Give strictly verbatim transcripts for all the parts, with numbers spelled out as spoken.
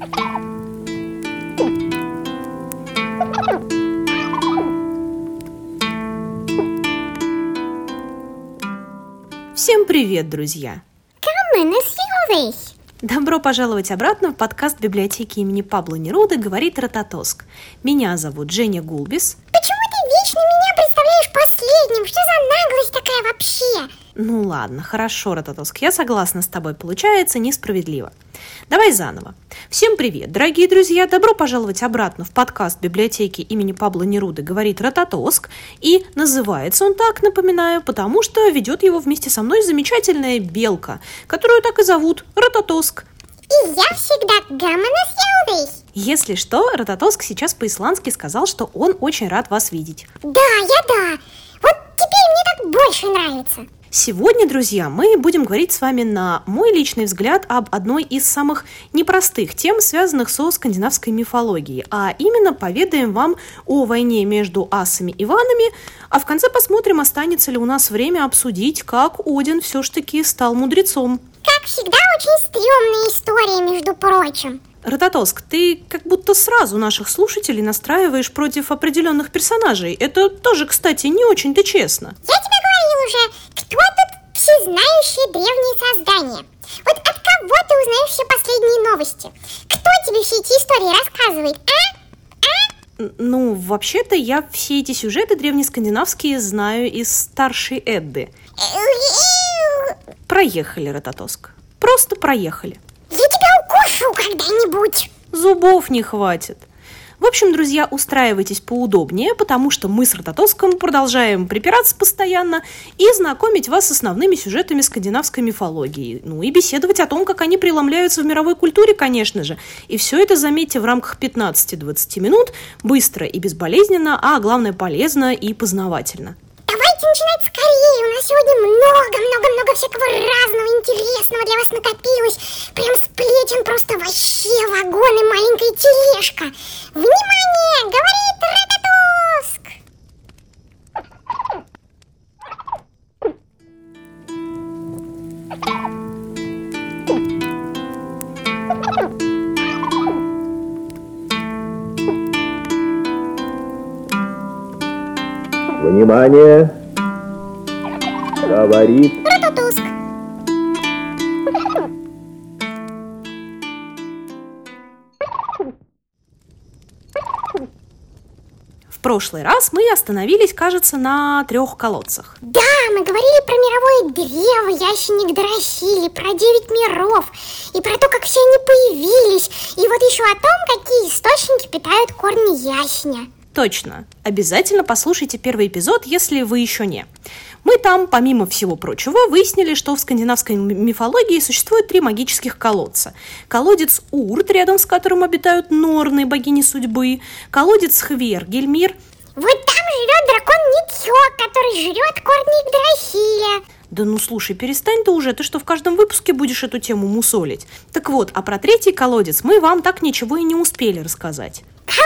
Всем привет, друзья! Добро пожаловать обратно в подкаст библиотеки имени Пабло Неруды «Говорит Рататоск». Меня зовут Женя Гулбис. Почему ты вечно меня представляешь последним? Что за наглость такая вообще? Ну ладно, хорошо, Рататоск, я согласна с тобой, получается несправедливо. Давай заново. Всем привет, дорогие друзья! Добро пожаловать обратно в подкаст библиотеки имени Пабло Неруды «Говорит Рататоск». И называется он так, напоминаю, потому что ведет его вместе со мной замечательная белка, которую так и зовут Рататоск. И я всегда гаманасьяудейс. Если что, Рататоск сейчас по-исландски сказал, что он очень рад вас видеть. Да, я да. Вот теперь мне так больше нравится. Сегодня, друзья, мы будем говорить с вами на мой личный взгляд об одной из самых непростых тем, связанных со скандинавской мифологией, а именно поведаем вам о войне между асами и ванами, а в конце посмотрим, останется ли у нас время обсудить, как Один все-таки стал мудрецом. Как всегда, очень стрёмная история, между прочим. Рататоск, ты как будто сразу наших слушателей настраиваешь против определенных персонажей. Это тоже, кстати, не очень-то честно. Я тебе говорил уже, кто тут всезнающие древние создания? Вот от кого ты узнаешь все последние новости? Кто тебе все эти истории рассказывает, а? А? Ну, вообще-то я все эти сюжеты древнескандинавские знаю из старшей Эдды. Проехали, Рататоск. Просто проехали. Я тебя укушу когда-нибудь. Зубов не хватит. В общем, друзья, устраивайтесь поудобнее, потому что мы с Рататоском продолжаем припираться постоянно и знакомить вас с основными сюжетами скандинавской мифологии. Ну и беседовать о том, как они преломляются в мировой культуре, конечно же. И все это, заметьте, в рамках пятнадцати-двадцати минут, быстро и безболезненно, а главное, полезно и познавательно. Давайте начинать скорее, у нас сегодня много-много-много всякого разного интересного для вас накопилось. Прям сплетен просто вообще вагон и маленькая тележка. Внимание, говорит Рататоск! Внимание! Говорит Рататоск! В прошлый раз мы остановились, кажется, на трех колодцах. Да, мы говорили про мировое древо, ященик Дорофили, про девять миров, и про то, как все они появились, и вот еще о том, какие источники питают корни ясеня. Точно. Обязательно послушайте первый эпизод, если вы еще не. Мы там, помимо всего прочего, выяснили, что в скандинавской мифологии существует три магических колодца. Колодец Урт, рядом с которым обитают Норны, богини судьбы. Колодец Хвергельмир. Вот там живет дракон Нитхёк, который жрет корни Дорофиля. Да ну слушай, перестань ты уже, ты что, в каждом выпуске будешь эту тему мусолить? Так вот, а про третий колодец мы вам так ничего и не успели рассказать.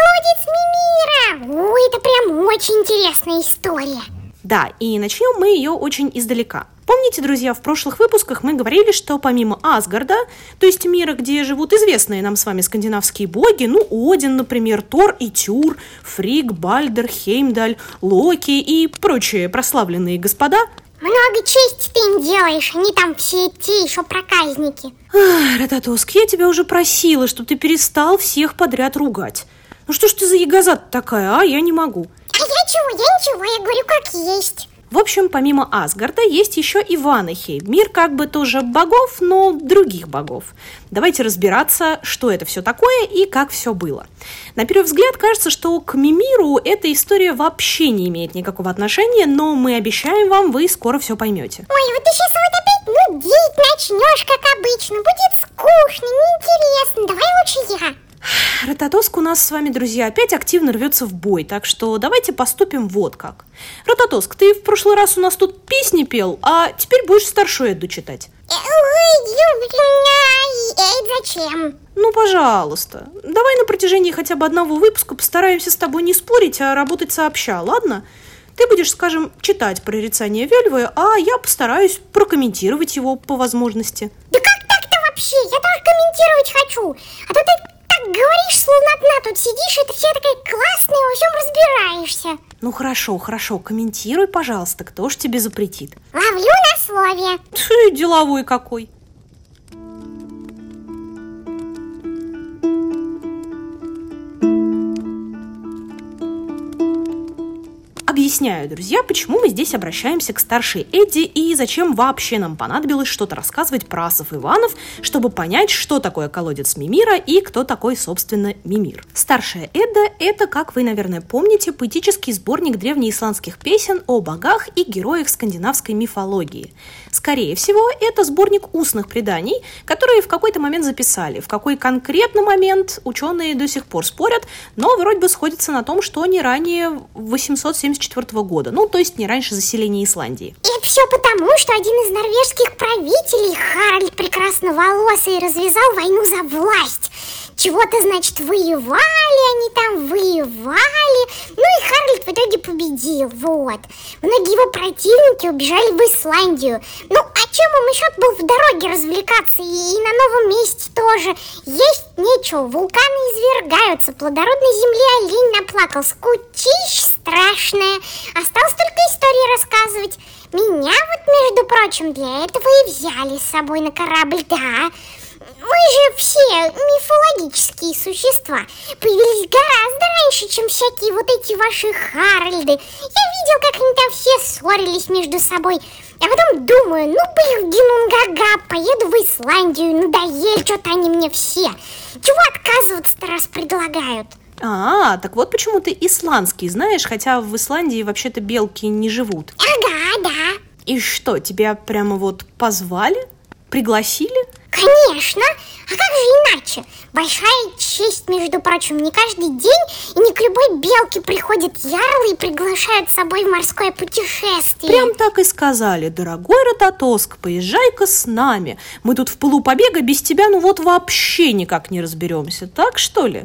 Колодец Мимира! Ой, это прям очень интересная история. Да, и начнем мы ее очень издалека. Помните, друзья, в прошлых выпусках мы говорили, что помимо Асгарда, то есть мира, где живут известные нам с вами скандинавские боги, ну, Один, например, Тор и Тюр, Фригг, Бальдер, Хеймдаль, Локи и прочие прославленные господа. Много чести ты им делаешь, они там все те еще проказники. Ах, Рататоск, я тебя уже просила, чтобы ты перестал всех подряд ругать. Ну что ж ты за ягоза такая, а? Я не могу. А я чего, я ничего, я говорю как есть. В общем, помимо Асгарда есть еще и Ванахейм, мир как бы тоже богов, но других богов. Давайте разбираться, что это все такое и как все было. На первый взгляд кажется, что к Мимиру эта история вообще не имеет никакого отношения, но мы обещаем вам, вы скоро все поймете. Ой, вот ты сейчас вот опять нудить начнешь, как обычно. Будет скучно, неинтересно. Давай лучше я. Рататоск у нас с вами, друзья, опять активно рвется в бой, так что давайте поступим вот как. Рататоск, ты в прошлый раз у нас тут песни пел, а теперь будешь старшую Эдду читать. Зачем? Ну, пожалуйста. Давай на протяжении хотя бы одного выпуска постараемся с тобой не спорить, а работать сообща, ладно? Ты будешь, скажем, читать прорицание Вельвы, а я постараюсь прокомментировать его по возможности. Да как так-то вообще? Я даже комментировать хочу. А то ты так говоришь, словно одна тут сидишь, и ты вся такая классная, во всем разбираешься. Ну хорошо, хорошо, комментируй, пожалуйста, кто ж тебе запретит? Ловлю на слове. Ты деловой какой. Объясняю, друзья, почему мы здесь обращаемся к старшей Эдди и зачем вообще нам понадобилось что-то рассказывать про асов и ванов, чтобы понять, что такое колодец Мимира и кто такой, собственно, Мимир. Старшая Эдда – это, как вы, наверное, помните, поэтический сборник древнеисландских песен о богах и героях скандинавской мифологии. Скорее всего, это сборник устных преданий, которые в какой-то момент записали. В какой конкретно момент ученые до сих пор спорят, но вроде бы сходятся на том, что не ранее восемьсот семьдесят четвёртого года, ну, то есть не раньше заселения Исландии. И это все потому, что один из норвежских правителей, Харальд Прекрасноволосый, развязал войну за власть. Чего-то, значит, воевали они там, воевали. Ну и Харальд в итоге победил, вот. Многие его противники убежали в Исландию. Ну, а чем им еще был в дороге развлекаться? И, и на новом месте тоже. Есть нечего, вулканы извергаются, плодородной земле олень наплакал. Скучищ страшная. Осталось только истории рассказывать. Меня вот, между прочим, для этого и взяли с собой на корабль, да. Мы же все мифологические существа. Появились гораздо раньше, чем всякие вот эти ваши Харальды. Я видел, как они там все ссорились между собой. А потом думаю, ну блин, Гинунгага, поеду в Исландию, надоели что-то они мне все. Чего отказываться-то, раз предлагают? А, так вот почему ты исландский знаешь, хотя в Исландии вообще-то белки не живут. Ага, да. И что, тебя прямо вот позвали? Пригласили? Конечно, а как же иначе? Большая честь, между прочим, не каждый день и не к любой белке приходят ярлы и приглашают с собой в морское путешествие. Прям так и сказали: дорогой Рататоск, поезжай-ка с нами. Мы тут в пылу побега без тебя ну вот вообще никак не разберемся, так что ли?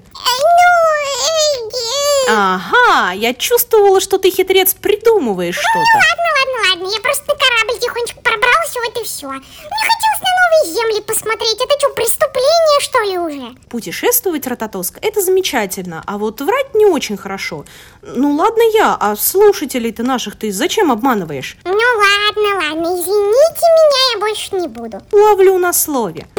Ну, ага, я чувствовала, что ты, хитрец, придумываешь ну, что-то. Ну ладно, ладно, ладно, я просто на корабль тихонечко пробралась, вот и все. Мне хотелось на новые земли посмотреть, это что, преступление, что ли, уже? Путешествовать, Рататоск, это замечательно, а вот врать не очень хорошо. Ну ладно я, а слушателей-то наших ты зачем обманываешь? Ну ладно, ладно, извините меня, я больше не буду. Ловлю на слове.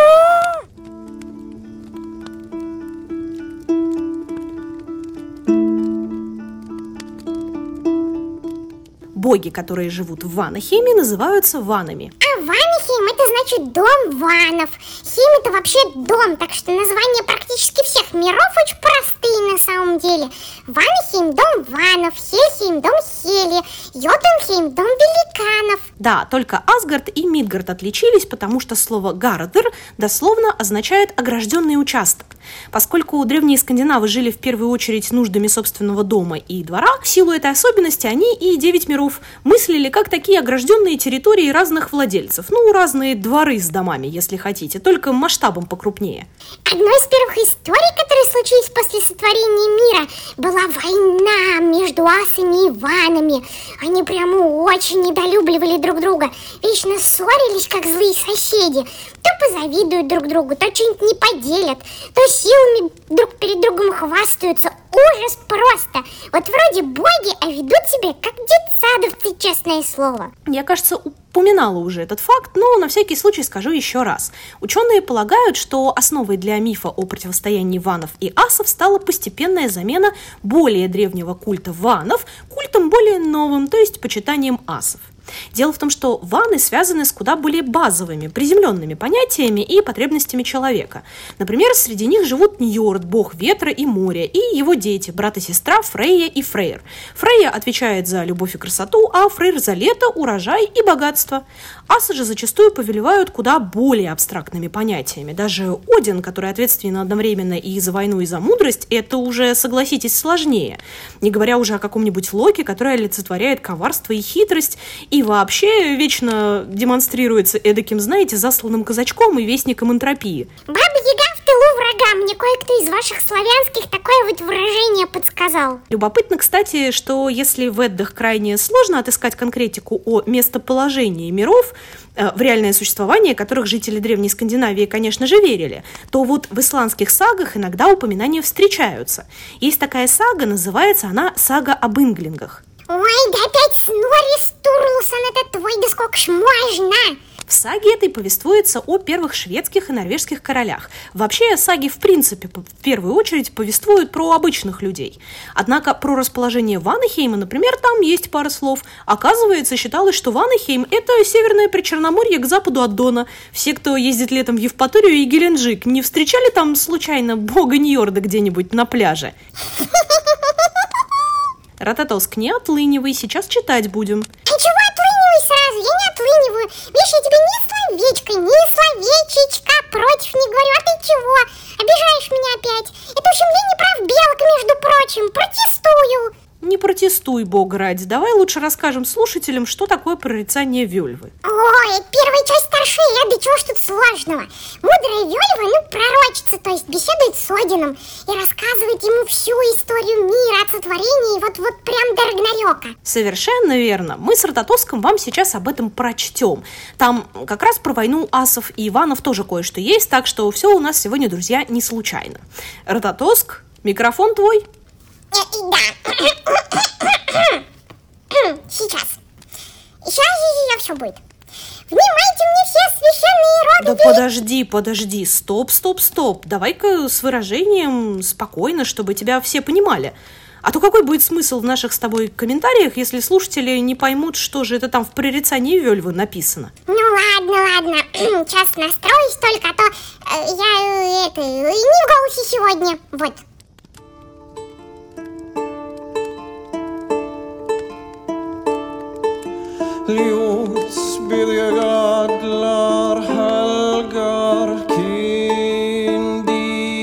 Боги, которые живут в Ванахейме, называются ванами. А Ванахейм — это значит дом ванов. Хейм — это вообще дом, так что названия практически всех миров очень простые на самом деле. Ванахейм — дом ванов, Хельхейм — дом Хели, Йотунхейм — дом великанов. Да, только Асгард и Мидгард отличились, потому что слово «гардер» дословно означает «огражденный участок». Поскольку древние скандинавы жили в первую очередь нуждами собственного дома и двора, в силу этой особенности они и девять миров мыслили как такие огражденные территории разных владельцев. Ну, разные дворы с домами, если хотите, только масштабом покрупнее. Одной из первых историй, которые случились после сотворения мира, была война между асами и ванами. Они прямо очень недолюбливали друг друга, вечно ссорились, как злые соседи. То позавидуют друг другу, то что-нибудь не поделят, то силами друг перед другом хвастаются. Ужас просто. Вот вроде боги, а ведут себя как детсадовцы, честное слово. Я, кажется, упоминала уже этот факт, но на всякий случай скажу еще раз. Ученые полагают, что основой для мифа о противостоянии ванов и асов стала постепенная замена более древнего культа ванов культом более новым, то есть почитанием асов. Дело в том, что ваны связаны с куда более базовыми, приземленными понятиями и потребностями человека. Например, среди них живут Ньорд, бог ветра и моря, и его дети, брат и сестра Фрейя и Фрейр. Фрейя отвечает за любовь и красоту, а Фрейр за лето, урожай и богатство. Асы же зачастую повелевают куда более абстрактными понятиями. Даже Один, который ответственен одновременно и за войну, и за мудрость, это уже, согласитесь, сложнее. Не говоря уже о каком-нибудь Локи, который олицетворяет коварство и хитрость, и вообще вечно демонстрируется эдаким, знаете, засланным казачком и вестником энтропии. Баба-яга в тылу Ага, мне кое-кто из ваших славянских такое вот выражение подсказал. Любопытно, кстати, что если в Эддах крайне сложно отыскать конкретику о местоположении миров, э, в реальное существование которых жители Древней Скандинавии, конечно же, верили, то вот в исландских сагах иногда упоминания встречаются. Есть такая сага, называется она «Сага об инглингах». Ой, да опять Снорри Стурлсон, это твой, да сколько ж можно? В саге этой повествуется о первых шведских и норвежских королях. Вообще, саги, в принципе, в первую очередь повествуют про обычных людей. Однако про расположение Ванахейма, например, там есть пара слов. Оказывается, считалось, что Ванахейм – это северное причерноморье к западу от Дона. Все, кто ездит летом в Евпаторию и Геленджик, не встречали там случайно бога Ньорда где-нибудь на пляже? Рататоск, не отлынивай, сейчас читать будем. А чего отлынивай сразу? Я не отлыниваю. Видишь, я тебе ни словечко, ни словечечка против не говорю. А ты чего? Обижаешь меня опять? Это ущемление прав белок, между прочим. Протестую. Не протестуй, бога ради. Давай лучше расскажем слушателям, что такое прорицание Вельвы. Ой, первая часть старшая, да чего ж тут сложного? Мудрая Вельва, ну, пророчица, то есть беседует с Одином и рассказывает ему всю историю мира от сотворения, вот-вот прям до Рагнарёка. Совершенно верно. Мы с Рататоском вам сейчас об этом прочтем. Там как раз про войну асов и Иванов тоже кое-что есть, так что все у нас сегодня, друзья, не случайно. Рататоск, микрофон твой. Э, да. Сейчас. Сейчас, сейчас все будет. Внимайте мне все священные роды. Да подожди, подожди, стоп, стоп, стоп. Давай-ка с выражением спокойно, чтобы тебя все понимали. А то какой будет смысл в наших с тобой комментариях, если слушатели не поймут, что же это там в прорицании Вельвы написано? Ну ладно, ладно, сейчас настроюсь только, а то э, я э, это, не в голосе сегодня, вот. Ljuds bid jag adlar helgar kindi.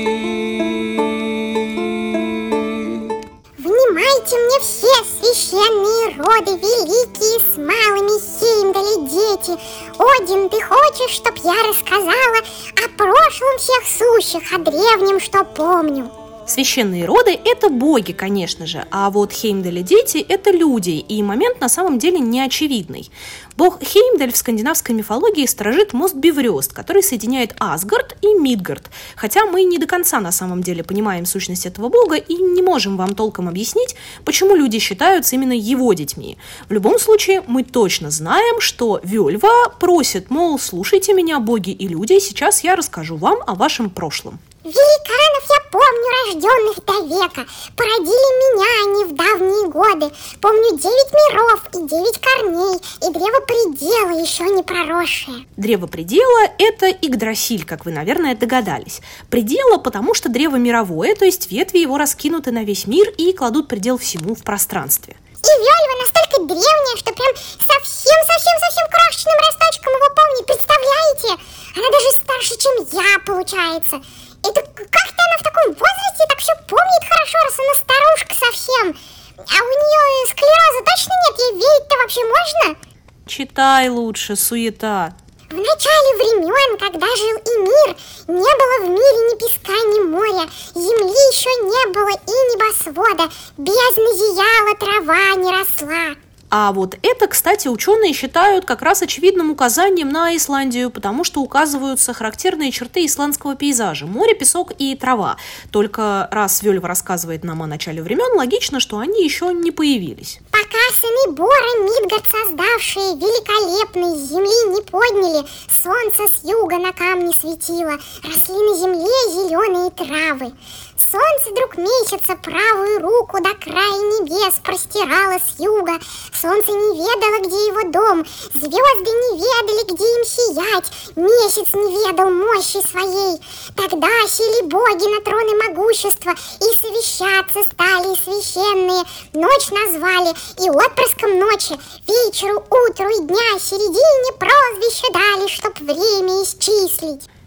Внимайте мне все священные роды, великие с малыми Хеймдали дети. Один, ты хочешь, чтоб я рассказала о прошлом всех сущих, о древнем, что помню? Священные роды – это боги, конечно же, а вот Хеймдали дети – это люди, и момент на самом деле не очевидный. Бог Хеймдаль в скандинавской мифологии сторожит мост Бифрёст, который соединяет Асгард и Мидгард, хотя мы не до конца на самом деле понимаем сущность этого бога и не можем вам толком объяснить, почему люди считаются именно его детьми. В любом случае, мы точно знаем, что Вельва просит, мол, слушайте меня, боги и люди, сейчас я расскажу вам о вашем прошлом. Великанов я помню, рожденных до века. Породили меня они в давние годы. Помню девять миров и девять корней, и древо предела еще не проросшее. Древо предела – это Игдрасиль, как вы, наверное, догадались. Предела, потому что древо мировое, то есть ветви его раскинуты на весь мир и кладут предел всему в пространстве. И Вельва настолько древняя, что прям совсем-совсем-совсем крошечным росточком его помнит. Представляете? Она даже старше, чем я, получается. Это как-то она в таком возрасте так все помнит хорошо, раз она старушка совсем. А у нее склероза точно нет? Ей верить-то вообще можно? Читай лучше, суета. В начале времен, когда жил и мир, не было в мире ни песка, ни моря, земли еще не было и небосвода, бездна зияла, трава не росла. А вот это, кстати, ученые считают как раз очевидным указанием на Исландию, потому что указываются характерные черты исландского пейзажа – море, песок и трава. Только раз Вельва рассказывает нам о начале времен, логично, что они еще не появились. Пока сыны Бора, Мидгард создавшие, великолепные, с земли не подняли, солнце с юга на камне светило, росли на земле зеленые травы. Солнце, друг месяца, правую руку до края небес простирало с юга. Солнце не ведало, где его дом, звезды не ведали, где им сиять, месяц не ведал мощи своей. Тогда сели боги на троны могущества, и совещаться стали священные. Ночь назвали, и отпрыском ночи, вечеру, утру и дня, середине прозвище дали, чтоб время исчислить.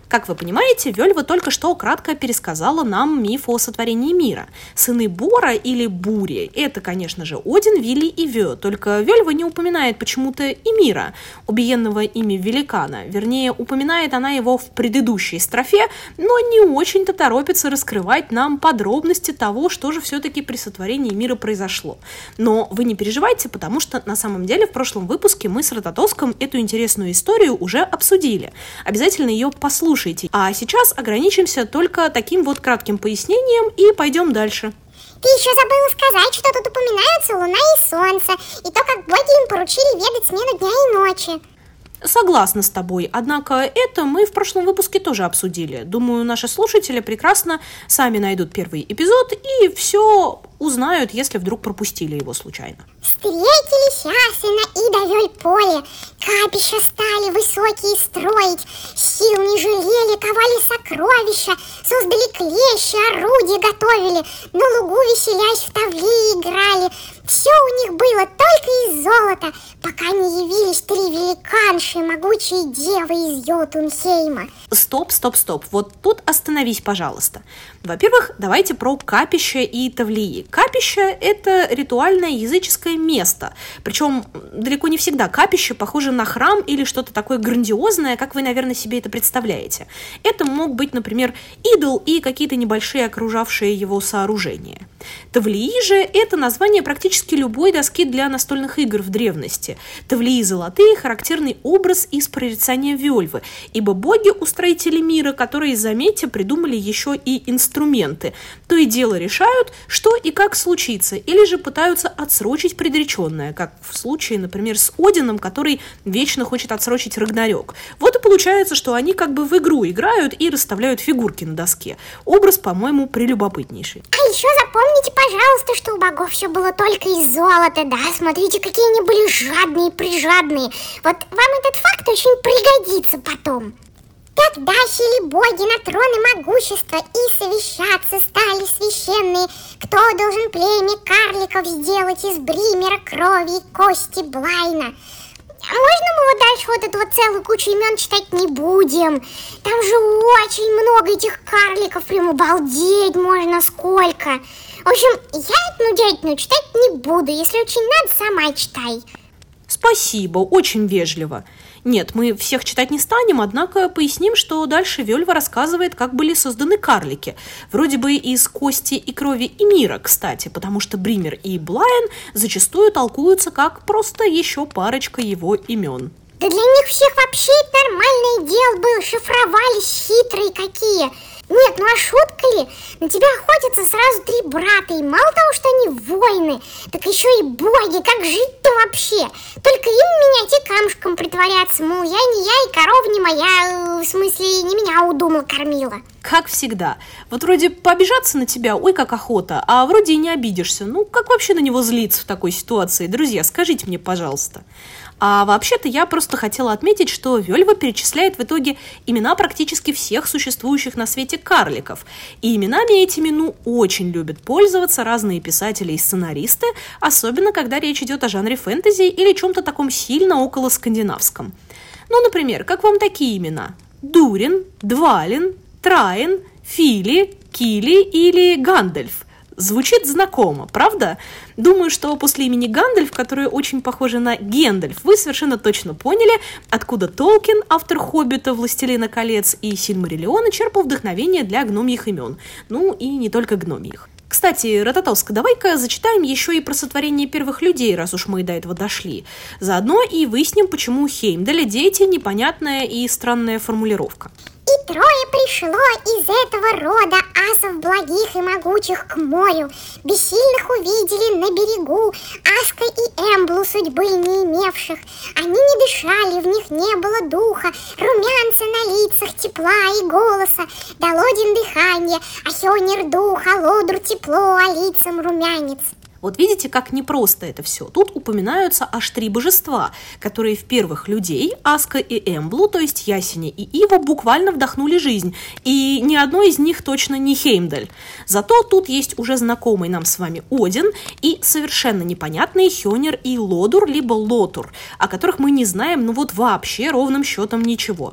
Как вы понимаете, Вельва только что кратко пересказала нам миф о сотворении мира. Сыны Бора или Бури – это, конечно же, Один, Вилли и Вё, только Вельва не упоминает почему-то и Мира, убиенного ими великана. Вернее, упоминает она его в предыдущей строфе, но не очень-то торопится раскрывать нам подробности того, что же все-таки при сотворении мира произошло. Но вы не переживайте, потому что на самом деле в прошлом выпуске мы с Рататоском эту интересную историю уже обсудили. Обязательно ее послушайте. А сейчас ограничимся только таким вот кратким пояснением и пойдем дальше. Ты еще забыла сказать, что тут упоминаются луна и солнце, и то, как боги им поручили ведать смену дня и ночи. Согласна с тобой, однако это мы в прошлом выпуске тоже обсудили. Думаю, наши слушатели прекрасно сами найдут первый эпизод и все узнают, если вдруг пропустили его случайно. Встретились Асина и Довель поле, капища стали высокие строить, сил не жалели, ковали сокровища, создали клещи, орудия готовили, на лугу веселясь в тавли играли. Все у них было только из золота, пока не явились три великанши, могучие девы из Йотунхейма. Стоп, стоп, стоп, вот тут остановись, пожалуйста. Во-первых, давайте про капища и тавлии. Капище – это ритуальное языческое место, причем далеко не всегда капище похоже на храм или что-то такое грандиозное, как вы, наверное, себе это представляете. Это мог быть, например, идол и какие-то небольшие окружавшие его сооружения. Тавлии же – это название практически любой доски для настольных игр в древности. Тавлии золотые – характерный образ из прорицания Вельвы, ибо боги-устроители мира, которые, заметьте, придумали еще и инструменты, то и дело решают, что и как случится, или же пытаются отсрочить предреченное, как в случае, например, с Одином, который вечно хочет отсрочить Рагнарёк. Вот и получается, что они как бы в игру играют и расставляют фигурки на доске. Образ, по-моему, прелюбопытнейший. А еще запомните, пожалуйста, что у богов все было только из золота, да? Смотрите, какие они были жадные, прижадные. Вот вам этот факт очень пригодится потом. Тогда сели боги на троны могущества и совещаться стали священные, кто должен племя карликов сделать из бримера, крови и кости Блайна. А можно мы вот дальше вот эту вот целую кучу имен читать не будем? Там же очень много этих карликов, прям обалдеть можно сколько. В общем, я эту нудятину читать не буду, если очень надо, сама читай. Спасибо, очень вежливо. Нет, мы всех читать не станем, однако поясним, что дальше Вельва рассказывает, как были созданы карлики. Вроде бы из кости и крови и мира, кстати, потому что Бример и Блайн зачастую толкуются как просто еще парочка его имен. Да для них всех вообще это нормальное дело было, шифровались хитрые какие. Нет, ну а шутка ли? На тебя охотятся сразу три брата, и мало того, что они воины, так еще и боги, как жить-то вообще? Только им менять и камушком притворяться, мол, я не я и корова не моя, в смысле, не меня удумал кормила. Как всегда. Вот вроде пообижаться на тебя, ой, как охота, а вроде и не обидишься. Ну, как вообще на него злиться в такой ситуации? Друзья, скажите мне, пожалуйста. А вообще-то я просто хотела отметить, что Вельва перечисляет в итоге имена практически всех существующих на свете карликов. И именами этими, ну, очень любят пользоваться разные писатели и сценаристы, особенно когда речь идет о жанре фэнтези или чем-то таком сильно около скандинавском. Ну, например, как вам такие имена? Дурин, Двалин, Траин, Фили, Кили или Гандальф? Звучит знакомо, правда? Думаю, что после имени Гандальф, которое очень похоже на Гендальф, вы совершенно точно поняли, откуда Толкин, автор «Хоббита», «Властелина колец» и «Сильмариллиона» черпал вдохновение для гномьих имен. Ну и не только гномьих. Кстати, Рататовска, давай-ка зачитаем еще и про сотворение первых людей, раз уж мы до этого дошли. Заодно и выясним, почему Хеймдалля дети – непонятная и странная формулировка. И трое пришло из этого рода асов благих и могучих к морю. Бессильных увидели на берегу Аска и Эмблу, судьбы не имевших. Они не дышали, в них не было духа, румянца на лицах, тепла и голоса. Долодин дыхание, а Хёнир дух, а Лодур тепло, а лицам румянец. Вот видите, как непросто это все. Тут упоминаются аж три божества, которые в первых людей, Аска и Эмблу, то есть Ясеня и Ива, буквально вдохнули жизнь. И ни одно из них точно не Хеймдаль. Зато тут есть уже знакомый нам с вами Один и совершенно непонятные Хёнир и Лодур, либо Лотур, о которых мы не знаем, ну вот вообще ровным счетом ничего.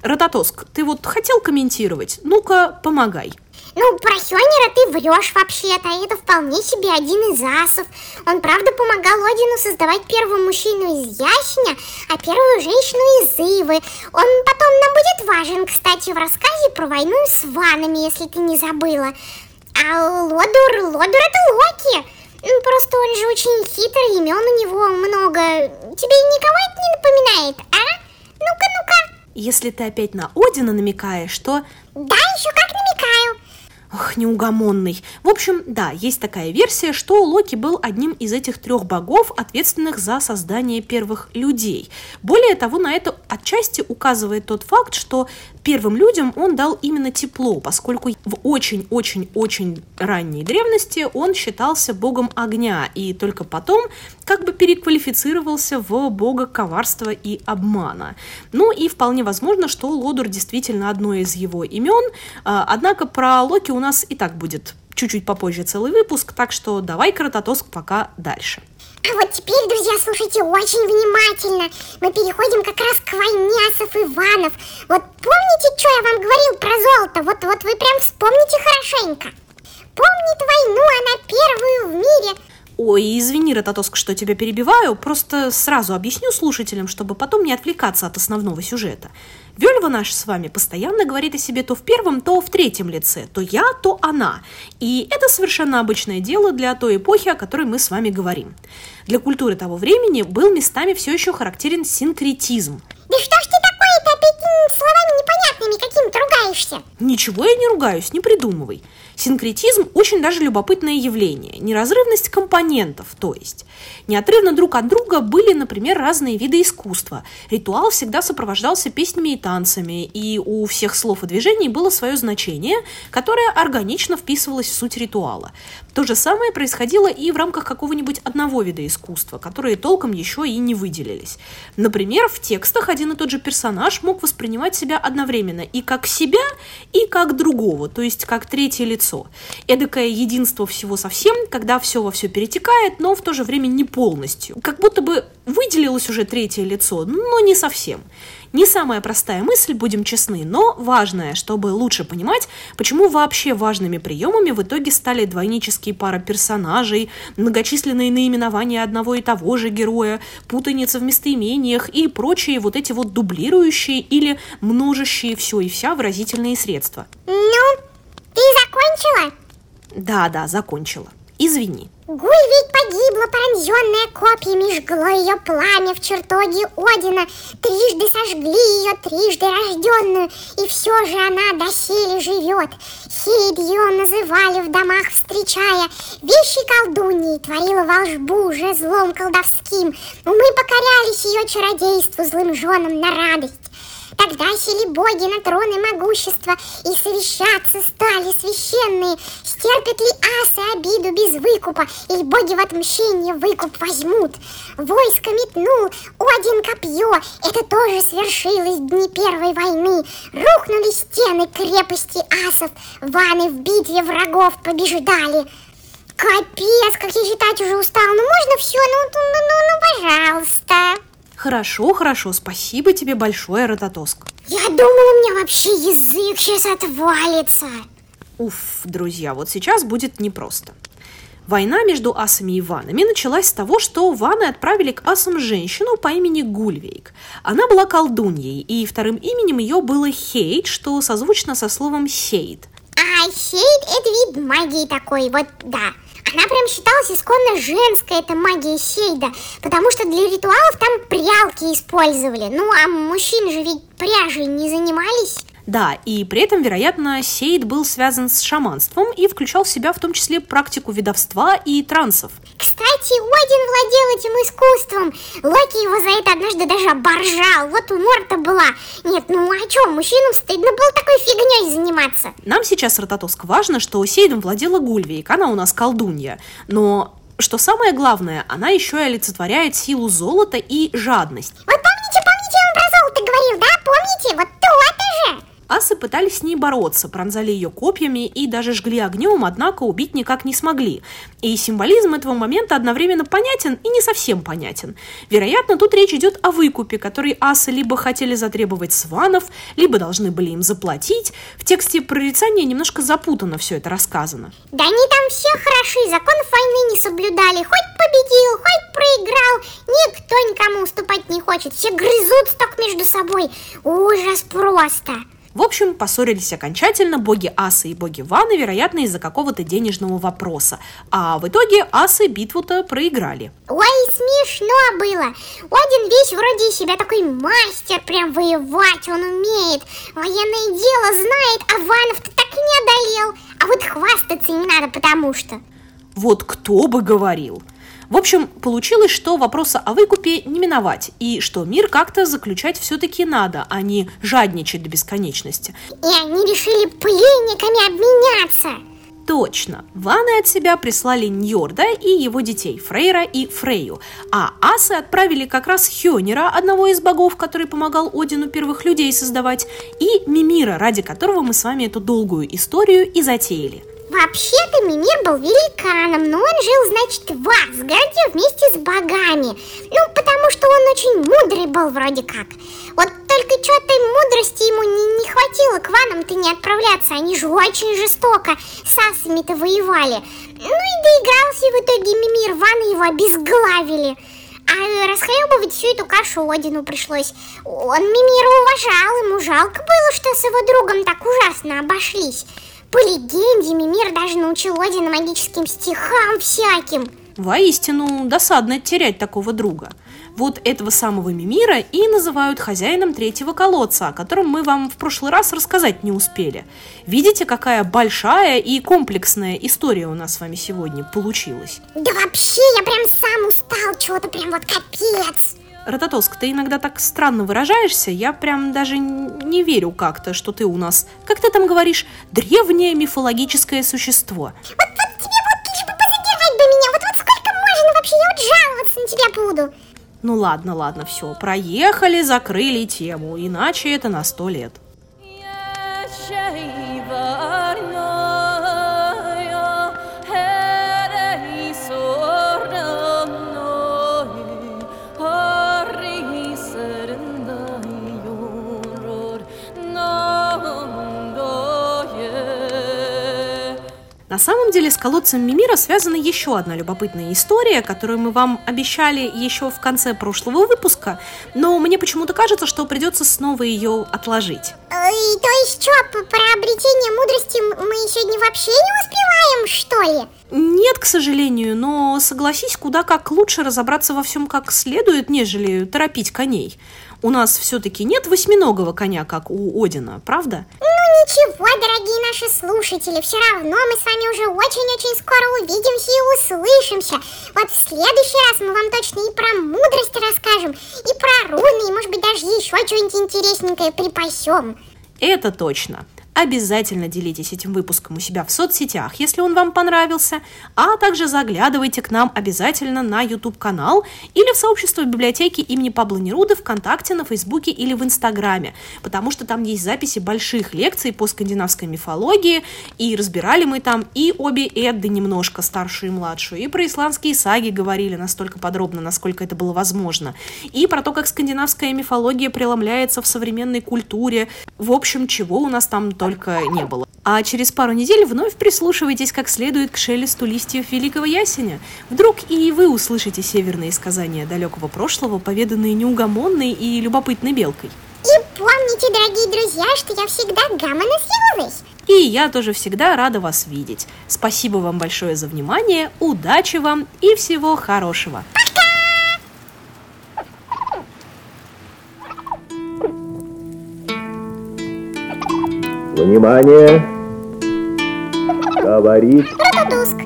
Рататоск, ты вот хотел комментировать? Ну-ка, помогай. Ну, про Хёнера ты врешь вообще-то, это вполне себе один из асов. Он, правда, помогал Одину создавать первого мужчину из Ясеня, а первую женщину из Ивы. Он потом нам будет важен, кстати, в рассказе про войну с ванами, если ты не забыла. А Лодур, Лодур это Локи. Ну, просто он же очень хитрый, имен у него много. Тебе никого это не напоминает, а? Ну-ка, ну-ка. Если ты опять на Одина намекаешь, то... Да, еще как намекаю. Ох, неугомонный. В общем, да, есть такая версия, что Локи был одним из этих трех богов, ответственных за создание первых людей. Более того, на это отчасти указывает тот факт, что первым людям он дал именно тепло, поскольку в очень-очень-очень ранней древности он считался богом огня, и только потом как бы переквалифицировался в бога коварства и обмана. Ну и вполне возможно, что Лодур действительно одно из его имен, однако про Локи у нас и так будет чуть-чуть попозже целый выпуск, так что давай-ка, Рататоск, пока дальше. А вот теперь, друзья, слушайте очень внимательно. Мы переходим как раз к войне асов и ванов. Вот помните, что я вам говорил про золото? Вот, вот вы прям вспомните хорошенько. Помнит войну, она первую в мире. Ой, извини, Рататоск, что тебя перебиваю, просто сразу объясню слушателям, чтобы потом не отвлекаться от основного сюжета. Вельва наша с вами постоянно говорит о себе то в первом, то в третьем лице, то я, то она. И это совершенно обычное дело для той эпохи, о которой мы с вами говорим. Для культуры того времени был местами все еще характерен синкретизм. Да что ж ты такое, ты опять словами непонятными какими-то ругаешься? Ничего я не ругаюсь, не придумывай. Синкретизм очень даже любопытное явление, неразрывность компонентов, то есть. Неотрывно друг от друга были, например, разные виды искусства. Ритуал всегда сопровождался песнями и танцами, и у всех слов и движений было свое значение, которое органично вписывалось в суть ритуала. То же самое происходило и в рамках какого-нибудь одного вида искусства, которые толком еще и не выделились. Например, в текстах один и тот же персонаж мог воспринимать себя одновременно и как себя, и как другого, то есть как третье лицо. Эдакое единство всего совсем, когда все во все перетекает, но в то же время не полностью. Как будто бы выделилось уже третье лицо, но не совсем. Не самая простая мысль, будем честны, но важная, чтобы лучше понимать, почему вообще важными приемами в итоге стали двойнические пары персонажей, многочисленные наименования одного и того же героя, путаница в местоимениях и прочие вот эти вот дублирующие или множащие все и вся выразительные средства. Ну, ты закончила? Да-да, закончила. Извини. Гульвейк погибла, пронзенная копьями, жгло ее пламя в чертоге Одина. Трижды сожгли ее, трижды рожденную, и все же она доселе живет. Хейд ее называли в домах, встречая. Вещи колдуньи, творила волшбу уже злом колдовским. Умы покорялись ее чародейству, злым женам на радость. Тогда сели боги на троны могущества, и совещаться стали священные. Стерпят ли асы обиду без выкупа, или боги в отмщение выкуп возьмут? Войско метнул Один копье, это тоже свершилось в дни Первой войны. Рухнули стены крепости асов, ваны в битве врагов побеждали. Капец, как я читать уже устала, ну можно все, ну, ну, ну, ну пожалуйста. Хорошо, хорошо, спасибо тебе большое, Рататоск. Я думала, у меня вообще язык сейчас отвалится. Уф, друзья, вот сейчас будет непросто. Война между асами и ванами началась с того, что ваны отправили к асам женщину по имени Гульвейк. Она была колдуньей, и вторым именем ее было Хейд, что созвучно со словом Сейд. А Сейд — это вид магии такой, вот да. Она прям считалась исконно женской, эта магия Сейда, потому что для ритуалов там прялки использовали. Ну, а мужчины же ведь пряжей не занимались. Да, и при этом, вероятно, Сейд был связан с шаманством и включал в себя в том числе практику ведовства и трансов. Кстати, Один владел этим искусством. Локи его за это однажды даже оборжал. Вот умор-то была. Нет, ну а что, мужчинам стыдно было такой фигней заниматься. Нам сейчас, Рататоск, важно, что Сейдом владела Гульвейк, она у нас колдунья. Но, что самое главное, она еще и олицетворяет силу золота и жадность. Вот помните, помните, я вам про золото говорил, да? Помните? Вот то-то же. Асы пытались с ней бороться, пронзали ее копьями и даже жгли огнем, однако убить никак не смогли. И символизм этого момента одновременно понятен и не совсем понятен. Вероятно, тут речь идет о выкупе, который асы либо хотели затребовать с ванов, либо должны были им заплатить. В тексте прорицания немножко запутанно все это рассказано. Да они там все хороши, законов войны не соблюдали. Хоть победил, хоть проиграл. Никто никому уступать не хочет. Все грызутся только между собой. Ужас просто. В общем, поссорились окончательно боги Асы и боги Ваны, вероятно, из-за какого-то денежного вопроса. А в итоге асы битву-то проиграли. Ой, смешно было. Один весь вроде себя такой мастер, прям воевать он умеет. Военное дело знает, а Ванов-то так и не одолел. А вот хвастаться не надо, потому что... Вот кто бы говорил. В общем, получилось, что вопроса о выкупе не миновать, и что мир как-то заключать все-таки надо, а не жадничать до бесконечности. И они решили пленниками обменяться. Точно. Ваны от себя прислали Ньорда и его детей, Фрейра и Фрейю, а асы отправили как раз Хёнира, одного из богов, который помогал Одину первых людей создавать, и Мимира, ради которого мы с вами эту долгую историю и затеяли. Вообще-то Мимир был великаном, но он жил, значит, в Асгарде вместе с богами. Ну, потому что он очень мудрый был вроде как. Вот только что-то мудрости ему не, не хватило к ванам-то не отправляться. Они же очень жестоко с асами-то воевали. Ну и доигрался в итоге Мимир, ваны его обезглавили. А расхлебывать всю эту кашу Одину пришлось. Он Мимира уважал, ему жалко было, что с его другом так ужасно обошлись. По легенде, Мимир даже научил Одина магическим стихам всяким. Воистину, досадно терять такого друга. Вот этого самого Мимира и называют хозяином третьего колодца, о котором мы вам в прошлый раз рассказать не успели. Видите, какая большая и комплексная история у нас с вами сегодня получилась? Да вообще, я прям сам устал, чего-то прям вот капец. Рататоск, ты иногда так странно выражаешься, я прям даже не верю как-то, что ты у нас, как ты там говоришь, древнее мифологическое существо. Вот, вот тебе вот лишь бы позабирать бы меня, вот, вот сколько можно вообще, я вот жаловаться на тебя буду. Ну ладно, ладно, все, проехали, закрыли тему, иначе это на сто лет. На самом деле с колодцем Мимира связана еще одна любопытная история, которую мы вам обещали еще в конце прошлого выпуска, но мне почему-то кажется, что придется снова ее отложить. И то есть что, про обретение мудрости мы сегодня вообще не успеваем, что ли? Нет, к сожалению, но согласись, куда как лучше разобраться во всем как следует, нежели торопить коней. У нас все-таки нет восьминогого коня, как у Одина, правда? Ну ничего, дорогие наши слушатели, все равно мы с вами уже очень-очень скоро увидимся и услышимся. Вот в следующий раз мы вам точно и про мудрость расскажем, и про руны, и может быть даже еще что-нибудь интересненькое припасем. Это точно. Обязательно делитесь этим выпуском у себя в соцсетях, если он вам понравился, а также заглядывайте к нам обязательно на YouTube-канал или в сообщество библиотеки имени Пабло Неруды ВКонтакте, на Фейсбуке или в Инстаграме, потому что там есть записи больших лекций по скандинавской мифологии, и разбирали мы там и обе Эдды немножко, старшую и младшую, и про исландские саги говорили настолько подробно, насколько это было возможно, и про то, как скандинавская мифология преломляется в современной культуре. В общем, чего у нас там только не было. А через пару недель вновь прислушивайтесь как следует к шелесту листьев великого ясеня. Вдруг и вы услышите северные сказания далекого прошлого, поведанные неугомонной и любопытной белкой. И помните, дорогие друзья, что я всегда гамма на связь. И я тоже всегда рада вас видеть. Спасибо вам большое за внимание, удачи вам и всего хорошего. Внимание! Говорит Рататуск.